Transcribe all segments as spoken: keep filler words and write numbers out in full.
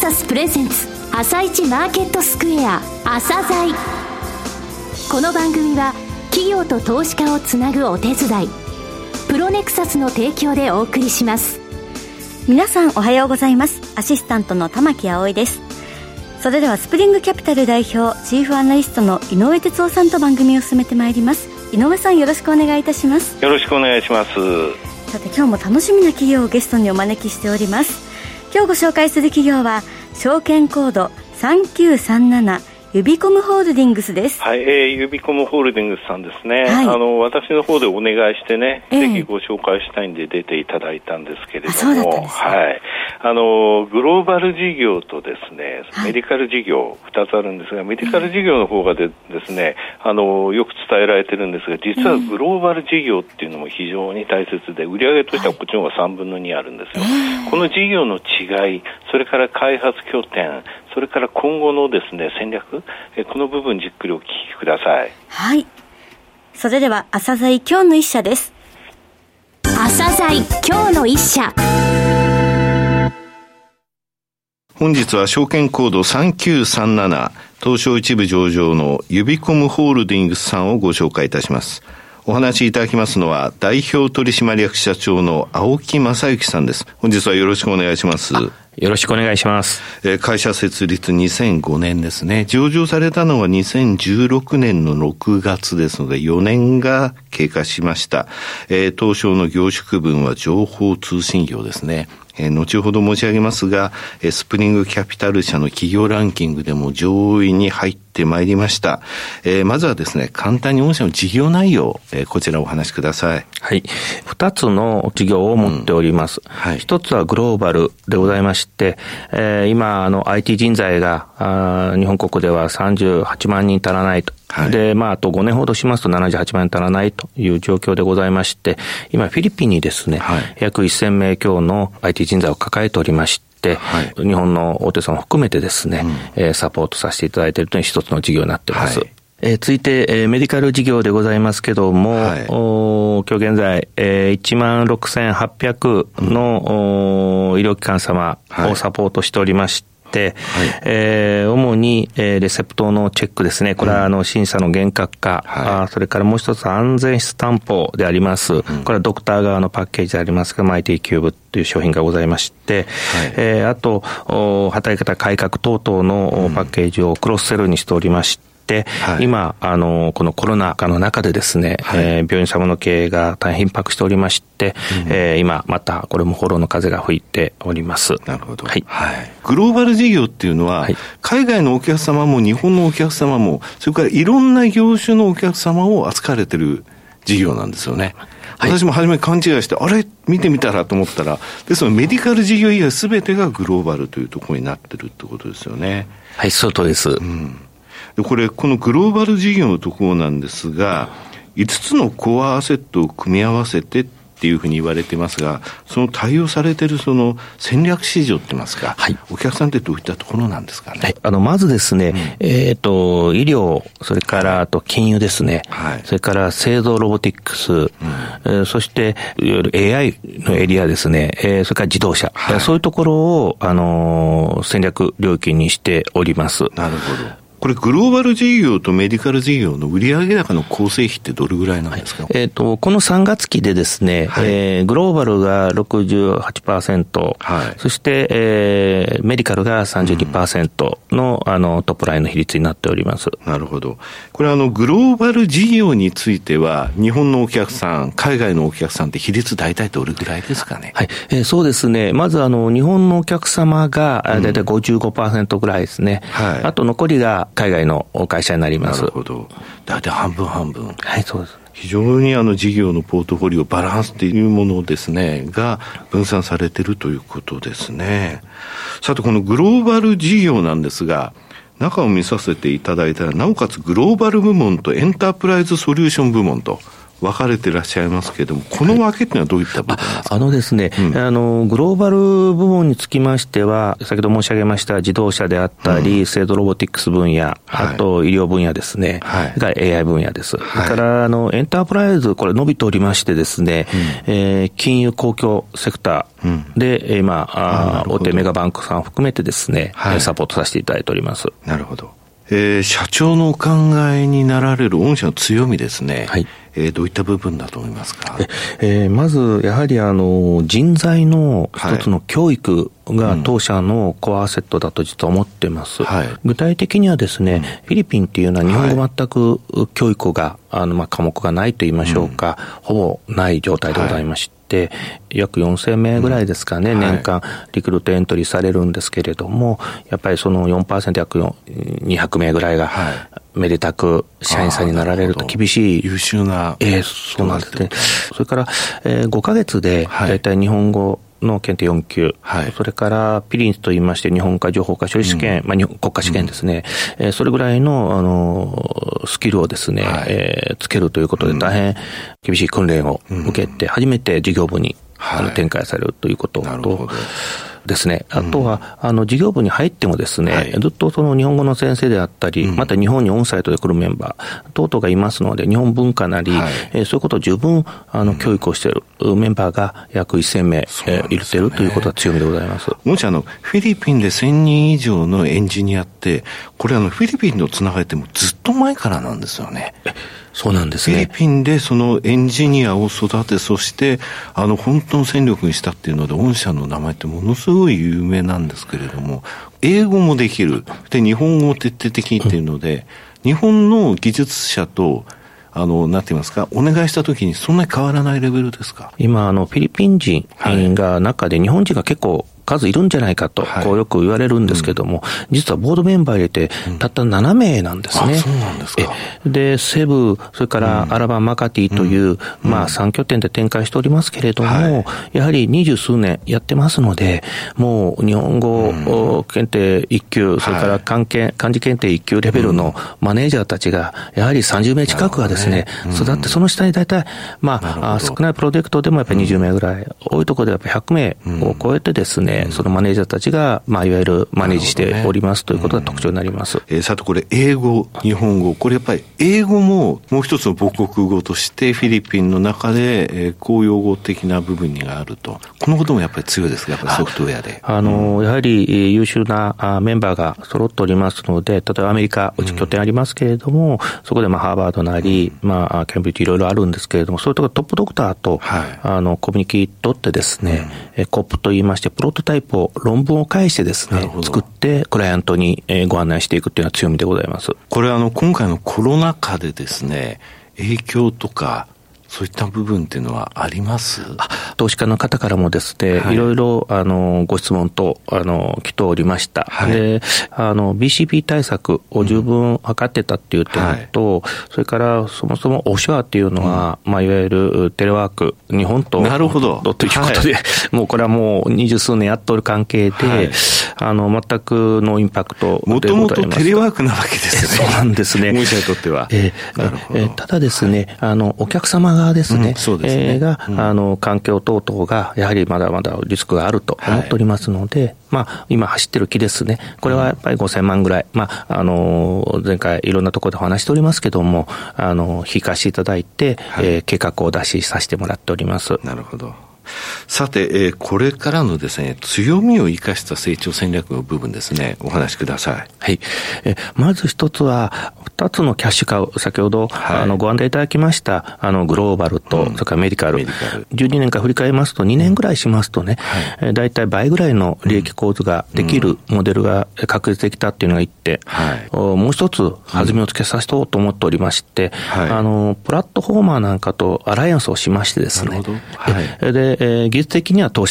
サスプレゼンツ朝一マーケットスクエア朝鮮。この番組は企業と投資家をつなぐお手伝いプロネクサスの提供でお送りします。 皆さんおはようございます。アシスタントの玉木葵です。それではスプリングキャピタル代表チーフアナリストの井上哲夫さんと番組を進めてまいります。井上さん、よろしくお願いいたします。 よろしくお願いします。 さて、今日も楽しみな企業をゲストにお招きしております。今日ご紹介する企業は証券コードさんきゅうさんななユビコムホールディングスです。 はい、えー、ユビコムホールディングスさんですね、はい、あの私の方でお願いしてね、えー、ぜひご紹介したいんで出ていただいたんですけれども、 そうだったんですね。 はい、あのグローバル事業とですね、メディカル事業ふたつあるんですが、メディカル事業の方がでですね、あのよく伝えられてるんですが、実はグローバル事業っていうのも非常に大切で、売上としてはこっちの方がさんぶんのにあるんですよ、はい、この事業の違い、それから開発拠点、それから今後のですね戦略、えこの部分じっくりお聞きください。 はい、それでは朝鮮今日の一社です。 朝鮮今日の一社。 本日は証券コードさんきゅうさんなな東証一部上場のユビコムホールディングスさんをご紹介いたします。お話しいただきますのは代表取締役社長の青木正幸さんです。本日はよろしくお願いします。 よろしくお願いします。 えー、会社設立にせんごねんですね。上場されたのはにせんじゅうろくねんのろくがつですのでよねんが経過しました。えー、東証の業種区分は情報通信業ですね。えー、後ほど申し上げますが、えー、スプリングキャピタル社の企業ランキングでも上位に入ってまいりました。えー、まずはですね、簡単に御社の事業内容、えー、こちらお話しください。 はい。二つの事業を持っております。うん、はい。一つはグローバルでございまして、えー、今、あの、アイティー 人材が、あ日本国ではさんじゅうはちまんにん足らないと。はい、で、まあ、あとごねんほどしますとななじゅうはちまんにん足らないという状況でございまして、今、フィリピンにですね、はい、約せんめい強の アイティー 人材を抱えておりまして、はい、日本の大手さんを含めてですね、うんえー、サポートさせていただいているという一つの事業になっています。はいえー、続いて、えー、メディカル事業でございますけども、はい、お今日現在、えー、いちまんろくせんはっぴゃくの、うん、医療機関様をサポートしておりまして、はいえー、主に、えー、レセプトのチェックですね。これはあの審査の厳格化、うんはい、あそれからもう一つ安全質担保であります、うん、これはドクター側のパッケージでありますが アイティー キューブという商品がございまして、はいえー、あと働き方改革等々のパッケージをクロスセルにしておりまして、はい、今、あの、このコロナ禍の中でですね、はいえー、病院様の経営が大変逼迫しておりまして、うんえー、今、またこれもフォローの風が吹いております。 なるほど。はい。はい、グローバル事業っていうのは、はい、海外のお客様も日本のお客様も、それからいろんな業種のお客様を扱われている事業なんですよね。はい、私も初め勘違いして、あれ見てみたらと思ったら、で、そのメディカル事業以外すべてがグローバルというところになってるってことですよね。 はい、そうとです。 うんでこれこのグローバル事業のところなんですが、いつつのコアアセットを組み合わせてっていうふうに言われていますが、その対応されているその戦略市場って言いますか、はい、お客さんってどういったところなんですかね。 はい、あのまずですね、うん、えっ、ー、と医療、それからあと金融ですね、はい、それから製造ロボティックス、うんえー、そしていわゆる エーアイ のエリアですね、えー、それから自動車、はい、そういうところをあのー、戦略領域にしております。 なるほど。これグローバル事業とメディカル事業の売上高の構成比ってどれぐらいなんですか。 はい、えっ、ー、とこのさんがつ期でですね、はいえー、グローバルが ろくじゅうはちパーセント、はい、そして、えー、メディカルが さんじゅうにパーセント の、うん、あのトップラインの比率になっております。 なるほど。これあのグローバル事業については日本のお客さん、海外のお客さんって比率大体どれぐらいですかね。 はい、えー、そうですね。まずあの日本のお客様が大体 ごじゅうごパーセント ぐらいですね。うんはい、あと残りが海外の会社になります。 なるほど。だいたい半分半分。 はい、そうです。 非常にあの事業のポートフォリオバランスというものですねが分散されているということですね。さてこのグローバル事業なんですが、中を見させていただいたら、なおかつグローバル部門とエンタープライズソリューション部門と分かれていらっしゃいますけれども、この分けっていうのはどういった部分ですか？ はい、あ, あのですね、うん、あのグローバル部門につきましては、先ほど申し上げました自動車であったり、うん、制度ロボティクス分野、あと医療分野ですね、はい、が エーアイ 分野です。はい、それからあのエンタープライズ、これ伸びておりましてですね、うん、えー、金融公共セクターで、うん、今あ大手メガバンクさんを含めてですね、はい、サポートさせていただいております。 なるほど。えー、社長のお考えになられる御社の強みですね、はい、えー、どういった部分だと思いますか？ ええー、まずやはりあの人材の一つの教育が当社のコアアセットだと実は思っています。はい、具体的にはですね、うん、フィリピンっていうのは日本語全く教育が、あのまあ科目がないと言いましょうか、うん、ほぼない状態でございまして、はい、約よんせんめいぐらいですかね、うん、年間リクルートエントリーされるんですけれども、やっぱりその よんパーセント 約にひゃくめいぐらいが、はい、めでたく社員さんになられると厳しい。 優秀な。 えー、そうなんですね。それから、えー、ごかげつで、だいたい日本語の検定よんきゅう、はい、それからピリンスと言いまして日本化情報化処理試験、うん、まあ、国家試験ですね、うん、えー、それぐらいの、あのスキルをですね、はい、えー、つけるということで大変厳しい訓練を受けて初めて事業部に、はい、あの展開されるということと、なるほどですね。あとは、うん、あの事業部に入ってもですね、はい、ずっとその日本語の先生であったり、うん、また日本にオンサイトで来るメンバー等々がいますので、日本文化なり、はい、えー、そういうことを十分あの、うん、教育をしているメンバーが約せんめい、ね、えー、いるているということは強みでございます。 もしあのフィリピンでせんにん以上のエンジニアって、これあのフィリピンのつながりってもずっと前からなんですよね。 そうなんですね。 フィリピンでそのエンジニアを育て、そしてあの本当の戦力にしたっていうので、御社の名前ってものすごい有名なんですけれども、英語もできる、で日本語も徹底的にっていうので、うん、日本の技術者とあのなんて言いますか、お願いしたときにそんなに変わらないレベルですか？ 今あのフィリピン人が中で日本人が結構数いるんじゃないかと、はい、こうよく言われるんですけども、うん、実はボードメンバー入れてたったななめいなんですね。 あ、そうなんですか。 で、セブ、それからアラバンマカティという、うん、まあさん拠点で展開しておりますけれども、はい、やはり二十数年やってますので、もう日本語検定いっきゅう、それから漢検、漢字検定いっきゅうレベルのマネージャーたちが、やはりさんじゅうめい近くはですね、ね、育ってその下に大体、まあ、少ないプロジェクトでもやっぱりにじゅうめいぐらい、多いところでやっぱりひゃくめいを超えてですね、そのマネージャーたちが、まあ、いわゆるマネージしております、ね、ということが特徴になります。 えー、さてこれ英語、日本語、これやっぱり英語ももう一つの母国語としてフィリピンの中で、えー、公用語的な部分があると、このこともやっぱり強いですか？やっぱりソフトウェアで。 あの、うん、やはり優秀なメンバーが揃っておりますので、例えばアメリカ、うち拠点ありますけれども、うん、そこでまあハーバードなり、うん、まあケンブリッジいろいろあるんですけれども、そういうところトップドクターと、はい、あのコミュニケートってですね、うん、コップと言いましてプロトタイプを論文を介してですね、作ってクライアントにご案内していくっていうのは強みでございます。 これあの今回のコロナ禍でですね、影響とかそういった部分っていうのはあります？ あ、投資家の方からもですね、はい、いろいろあのご質問とあの来ておりました。はい、で、あの ビーシーピー 対策を十分図ってたっていう点と、うん、はい、それからそもそもオフショアっていうのは、うん、まあいわゆるテレワーク、日本となるほどということで、はい、もうこれはもう二十数年やっとる関係で、はい、あの全くのインパクトでございます。 もともとテレワークなわけですね。 そうなんですね。 御社にとっては。 えー、なるほど。えー、ただですね、はい、あのお客様がですね、うん、そうですね、えー、が、うん、あの環境等々がやはりまだまだリスクがあると思っておりますので、はい、まあ今走ってる木ですね、これはやっぱりごせんまんぐらい、まああの前回いろんなところでお話しておりますけども、あの引かしていただいて、はい、えー、計画を出しさせてもらっております。 なるほど。さて、えー、これからのですね、強みを生かした成長戦略の部分ですね、お話しください。 はい。えまず一つは、二つのキャッシュカウ、先ほど、はい、あのご案内いただきました、あのグローバルと、うん、それからメディカル。メディカル。じゅうにねんかん振り返りますと、にねんぐらいしますとね、うん、はい、だいたい倍ぐらいの利益構図ができるモデルが確立できたっていうのがいって、はい、もう一つ弾みをつけさせようと思っておりまして、はい、あの、プラットフォーマーなんかとアライアンスをしましてですね、なるほど。はい、で、えー、技術的には当社が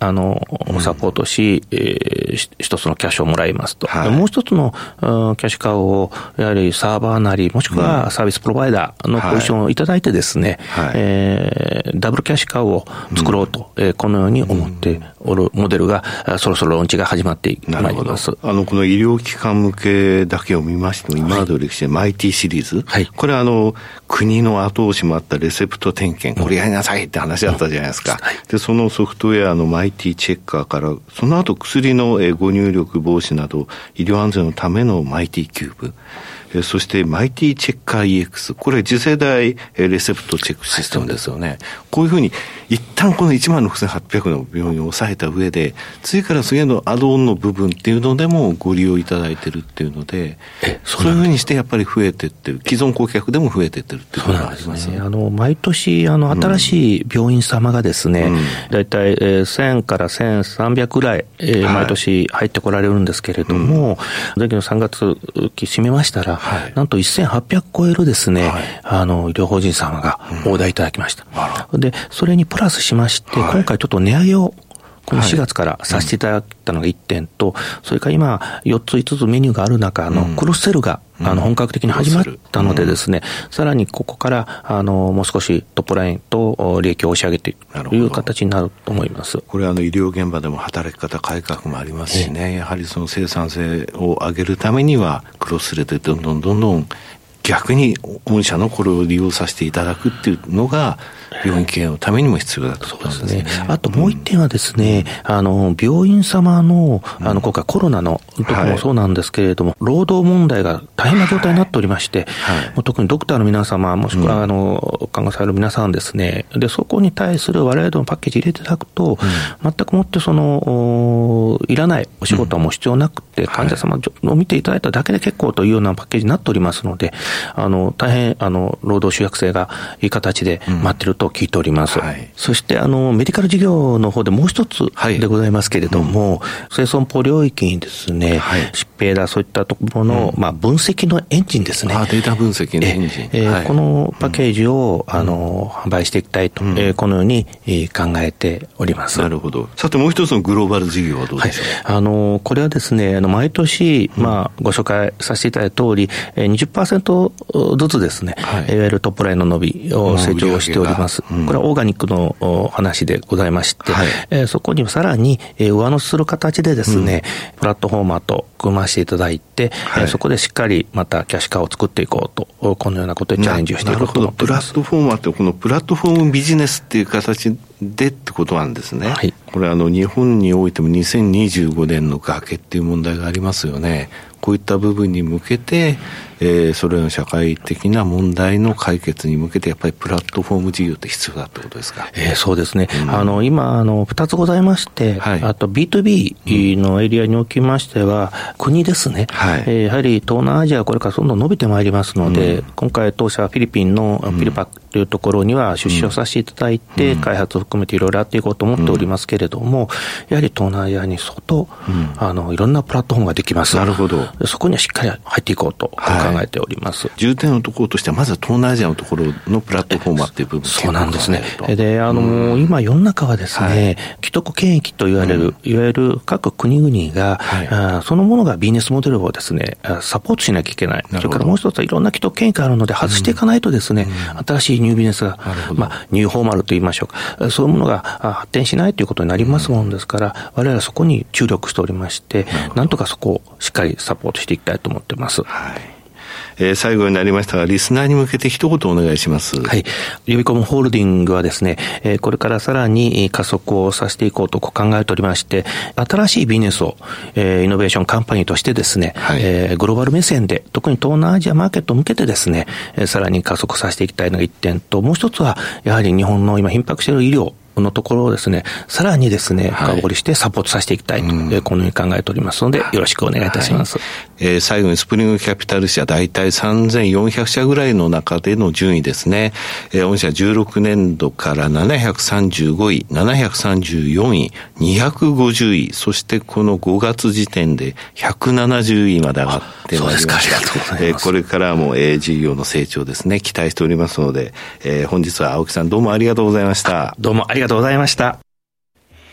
あの、サポートし、うん、えー、一つのキャッシュをもらいますと。はい、もう一つの、うん、キャッシュカウを、やはりサーバーなり、もしくはサービスプロバイダーのポジションをいただいてですね、はい、えー、ダブルキャッシュカウを作ろうと、うん、えー、このように思っておるモデルが、そろそろローンチが始まってまいります。 あの、この医療機関向けだけを見ましても、今までの歴史でマイティシリーズ、はい、これはあの、国の後押しもあったレセプト点検、これやりなさいって話だったじゃないですか。うん、はい、で、そのソフトウェアのマイティチェッカーから、その後薬の誤入力防止など、医療安全のためのマイティキューブ、そしてマイティチェッカー イーエックス、これ次世代レセプトチェックシステムですよね。こういうふうに一旦この いちまんろくせんはっぴゃく の病院を抑えた上で、次から次へのアドオンの部分っていうのでもご利用いただいてるっていうので、そういうふうにしてやっぱり増えてってる、既存顧客でも増えてってるっていうことがあります。 そうなんですね。あの毎年あの新しい病院様がですね、だいたいせんからせんさんびゃくぐらい、えー、毎年入ってこられるんですけれども、うん、前期のさんがつ期締めましたら、はい、なんとせんはっぴゃく超えるですね、はい、あの医療法人様がオーダーいただきました。うん、でそれにプラスしまして、はい、今回ちょっと値上げをこのしがつからさせていただいたのがいってんと、はい、うん、それから今よっついつつメニューがある中のクロスセルが、うん、あの本格的に始まったのでですね、うん、さらにここからあのもう少しトップラインと利益を押し上げていくという形になると思います。 これはあの医療現場でも働き方改革もありますしね、やはりその生産性を上げるためにはクロスセルでどんどんどんどん逆に御社のこれを利用させていただくっていうのが病院経営のためにも必要だということですね。そうですね。 あともう一点はですね、うん、あの病院様のあの今回コロナのところもそうなんですけれども、はい、労働問題が大変な状態になっておりまして、はい、もう特にドクターの皆様もしくはあの看護される皆さんですね、でそこに対する我々のパッケージ入れていただくと、うん、全くもってそのいらないお仕事はもう必要なくて、うん、患者様を見ていただいただけで結構というようなパッケージになっておりますので、あの大変あの労働集約性がいい形で待っていると聞いております。うん、はい、そしてあのメディカル事業の方でもう一つでございますけれども、はい、うん、生損保領域にですね、はい、疾病だそういったところの、うん、まあ、分析のエンジンですね。 あ、データ分析のエンジン。 ええ、はい、このパッケージを、うん、あの販売していきたいと、うん、えー、このように、えー、考えております。 なるほど。さてもう一つのグローバル事業はどうでしょう。 はい、あのこれはですね、あの毎年、うん、まあ、ご紹介させていただいた通り、にじゅっパーセント ずつですね、はい、いわゆるトップラインの伸びを成長しております。うん、これはオーガニックの話でございまして、はい、えー、そこにさらに、えー、上乗せする形でですね、うん、プラットフォーマーと組ませていただいて、はい、えー、そこでしっかりまたキャッシュカーを作っていこうと、このようなことでチャレンジをしていこうと思っています。 プラットフォーマーってこのプラットフォームビジネスっていう形でってことなんですね。はい、これあの日本においてもにせんにじゅうごねんの崖っていう問題がありますよね。こういった部分に向けて、えー、それの社会的な問題の解決に向けてやっぱりプラットフォーム事業って必要だってことですか。 えー、そうですね。うん、あの今あのふたつございまして、はい、あと ビーツービー のエリアにおきましては、うん、国ですね。はい、えー、やはり東南アジアはこれからどんどん伸びてまいりますので、うん、今回当社はフィリピンのフィリパというところには出資をさせていただいて、うん、開発を含めていろいろやっていこうと思っておりますけれども、うん、やはり東南アジアに相当、うん、あのいろんなプラットフォームができます。 なるほど。 そこにはしっかり入っていこうと考えております。はい、 重点のところとしてはまずは東南アジアのところのプラットフォーマーっていう部分。 そうなんですね。で、あの、うん、今世の中はですね、はい、既得権益と言われる、うん、いわゆる各国々が、はい、あそのものがビジネスモデルをですね、サポートしなきゃいけない。それからもう一つはいろんな既得権益があるので外していかないとですね、うん、新しいニュービジネスが、まあ、ニューフォーマルと言いましょうか、そういうものが発展しないということになりますものですから、うん、我々はそこに注力しておりまして、なんとかそこをしっかりサポートしていきたいと思っています。 はい、えー、最後になりましたがリスナーに向けて一言お願いします。 はい、呼び込むホールディングはですね、えー、これからさらに加速をさせていこうと考えておりまして、新しいビジネスを、えー、イノベーションカンパニーとしてですね、はい、えー、グローバル目線で特に東南アジアマーケットを向けてですね、えー、さらに加速させていきたいのが一点と、もう一つはやはり日本の今逼迫している医療のところをですね、さらにですね、深掘りしてサポートさせていきたいと、はい、このように考えておりますので、よろしくお願いいたします。はい、 えー、最後にスプリングキャピタル社、だいたいさんぜんよんひゃくしゃぐらいの中での順位ですね。えー、御社じゅうろくねんどからななひゃくさんじゅうごい、ななひゃくさんじゅうよんい、にひゃくごじゅうい、そしてこのごがつ時点でひゃくななじゅういまで上がってまいりました。そうですか、ありがとうございます。えー、これからも、えー、事業の成長ですね、期待しておりますので、えー、本日は青木さんどうもありがとうございました。 どうもありがとうございました。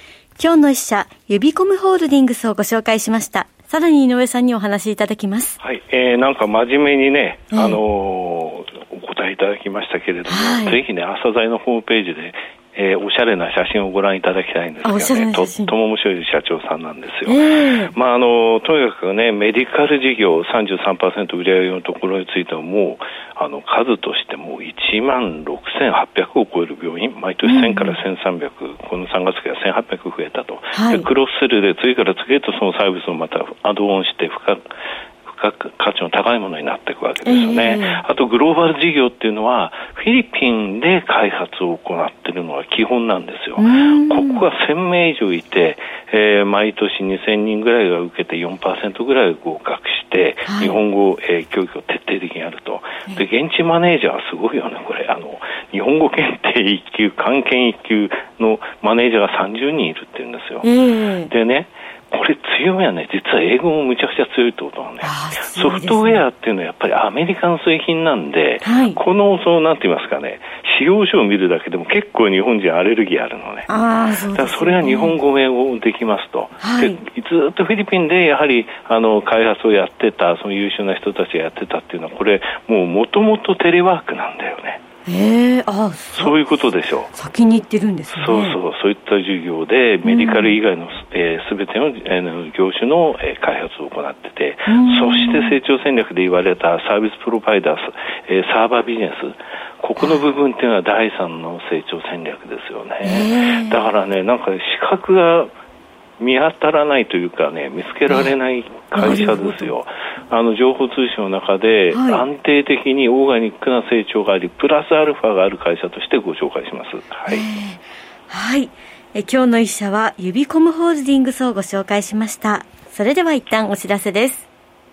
今日の一社、ユビコムホールディングスをご紹介しました。さらに井上さんにお話しいただきます。 はい、えー、なんか真面目にね、えー、あのー、お答えいただきましたけれども、はい、ぜひね、朝鮮のホームページでえー、おしゃれな写真をご覧いただきたいんですがね、とっても面白い社長さんなんですよ。えー、まああのとにかくね、メディカル事業 さんじゅうさんパーセント 売り上げのところについてはもうあの数としてもいちまんろくせんはっぴゃくを超える病院、毎年せんからせんさんびゃく、うん、このさんがつ期はせんはっぴゃく増えたと、はい、でクロスセルで次から次へとそのサービスをまたアドオンして深く価値の高いものになっていくわけですよね、えー、あとグローバル事業っていうのはフィリピンで開発を行っているのが基本なんですよ。ここがせんめい以上いて、えー、毎年にせんにんぐらいが受けて よんパーセント ぐらい合格して、はい、日本語、えー、教育を徹底的にやると。で現地マネージャーはすごいよね、これあの日本語検定いっ級、漢検いっ級のマネージャーがさんじゅうにんいるって言うんですよ、えー、でね、これ強みはね、実は英語もむちゃくちゃ強いってことなんだよ。ソフトウェアっていうのはやっぱりアメリカの製品なんで、はい、このそうなんて言いますかね、使用書を見るだけでも結構日本人アレルギーあるのね。あ、そうですね。だからそれは日本語英語できますと、はい、でずっとフィリピンでやはりあの開発をやってた、その優秀な人たちがやってたっていうのは、これもう元々テレワークなんだよね。 えー、あ そ, そういうことでしょう。 先に行ってるんですね。 そうそう、そういった事業でメディカル以外の、うん、えー、全ての、えー、業種の、えー、開発を行ってて、うん、そして成長戦略で言われたサービスプロバイダー、えー、サーバービジネス、ここの部分っていうのは第三の成長戦略ですよね、えー、だからね、なんか資格が見当たらないというかね、見つけられない会社ですよ。あの情報通信の中で安定的にオーガニックな成長があり、プラスアルファがある会社としてご紹介します。はい、 はい、え今日の一社はユビコムホールディングスをご紹介しました。それでは一旦お知らせです。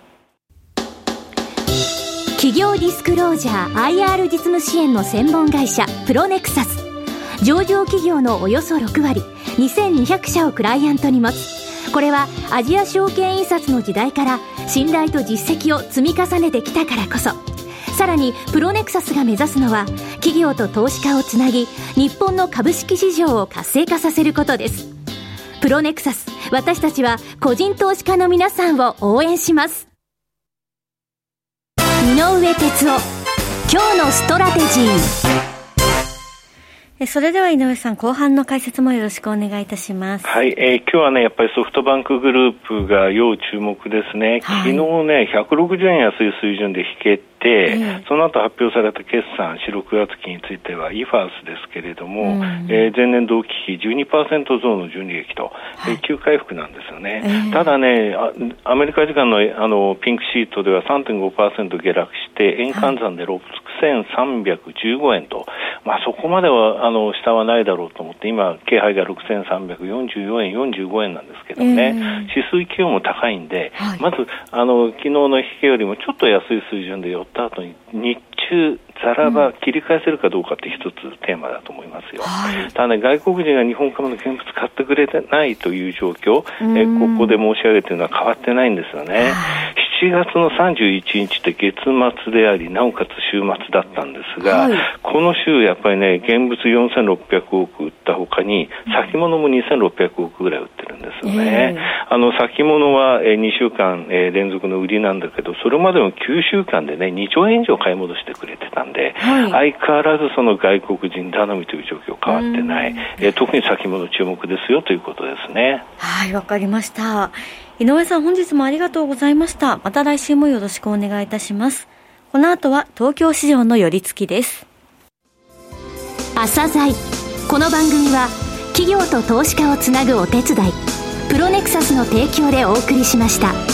企業ディスクロージャー アイアール 実務支援の専門会社プロネクサス、上場企業のおよそろくわり、にせんにひゃくしゃをクライアントに持つ。これはアジア証券印刷の時代から信頼と実績を積み重ねてきたからこそ。さらにプロネクサスが目指すのは、企業と投資家をつなぎ、日本の株式市場を活性化させることです。プロネクサス、私たちは個人投資家の皆さんを応援します。井上哲夫、今日のストラテジー。 それでは井上さん、後半の解説もよろしくお願いいたします。 はい、えー、今日はね、やっぱりソフトバンクグループが要注目ですね、はい、昨日ねひゃくろくじゅうえん安い水準で引けて、えー、その後発表された決算四ろくがつ期についてはイファースですけれども、うん、えー、前年同期比 じゅうにパーセント 増の純利益と、はい、急回復なんですよね、えー、ただね、アメリカ時間の、あのピンクシートでは さんてんごパーセント 下落して円換算でろくせんさんびゃくじゅうごえんと、まあ、そこまではあの下はないだろうと思って、今気配がろくせんさんびゃくよんじゅうよえんよんじゅうごえんなんですけどね、えー、指数気温も高いんで、はい、まずあの昨日の引けよりもちょっと安い水準で寄った後に日中ざらば切り返せるかどうかって一つテーマだと思いますよ、はい、ただね、外国人が日本株の現物買ってくれてないという状況、えここで申し上げているのは変わってないんですよね。しちがつのさんじゅういちにちって月末であり、なおかつ週末だったんですが、はい、この週やっぱりね、現物よんせんろっぴゃくおく売ったほかに先物もにせんろっぴゃくおくぐらい売ってるんですよね、えー、あの先物はにしゅうかん連続の売りなんだけど、それまでのきゅうしゅうかんでねにちょうえん以上買い戻してくれてたんで、はい、相変わらずその外国人頼みという状況変わってない、えー、特に先物注目ですよということですね。 はい、わかりました。井上さん、本日もありがとうございました。また来週もよろしくお願いいたします。この後は東京市場の寄り付きです。 朝鮮、この番組は企業と投資家をつなぐお手伝い、プロネクサスの提供でお送りしました。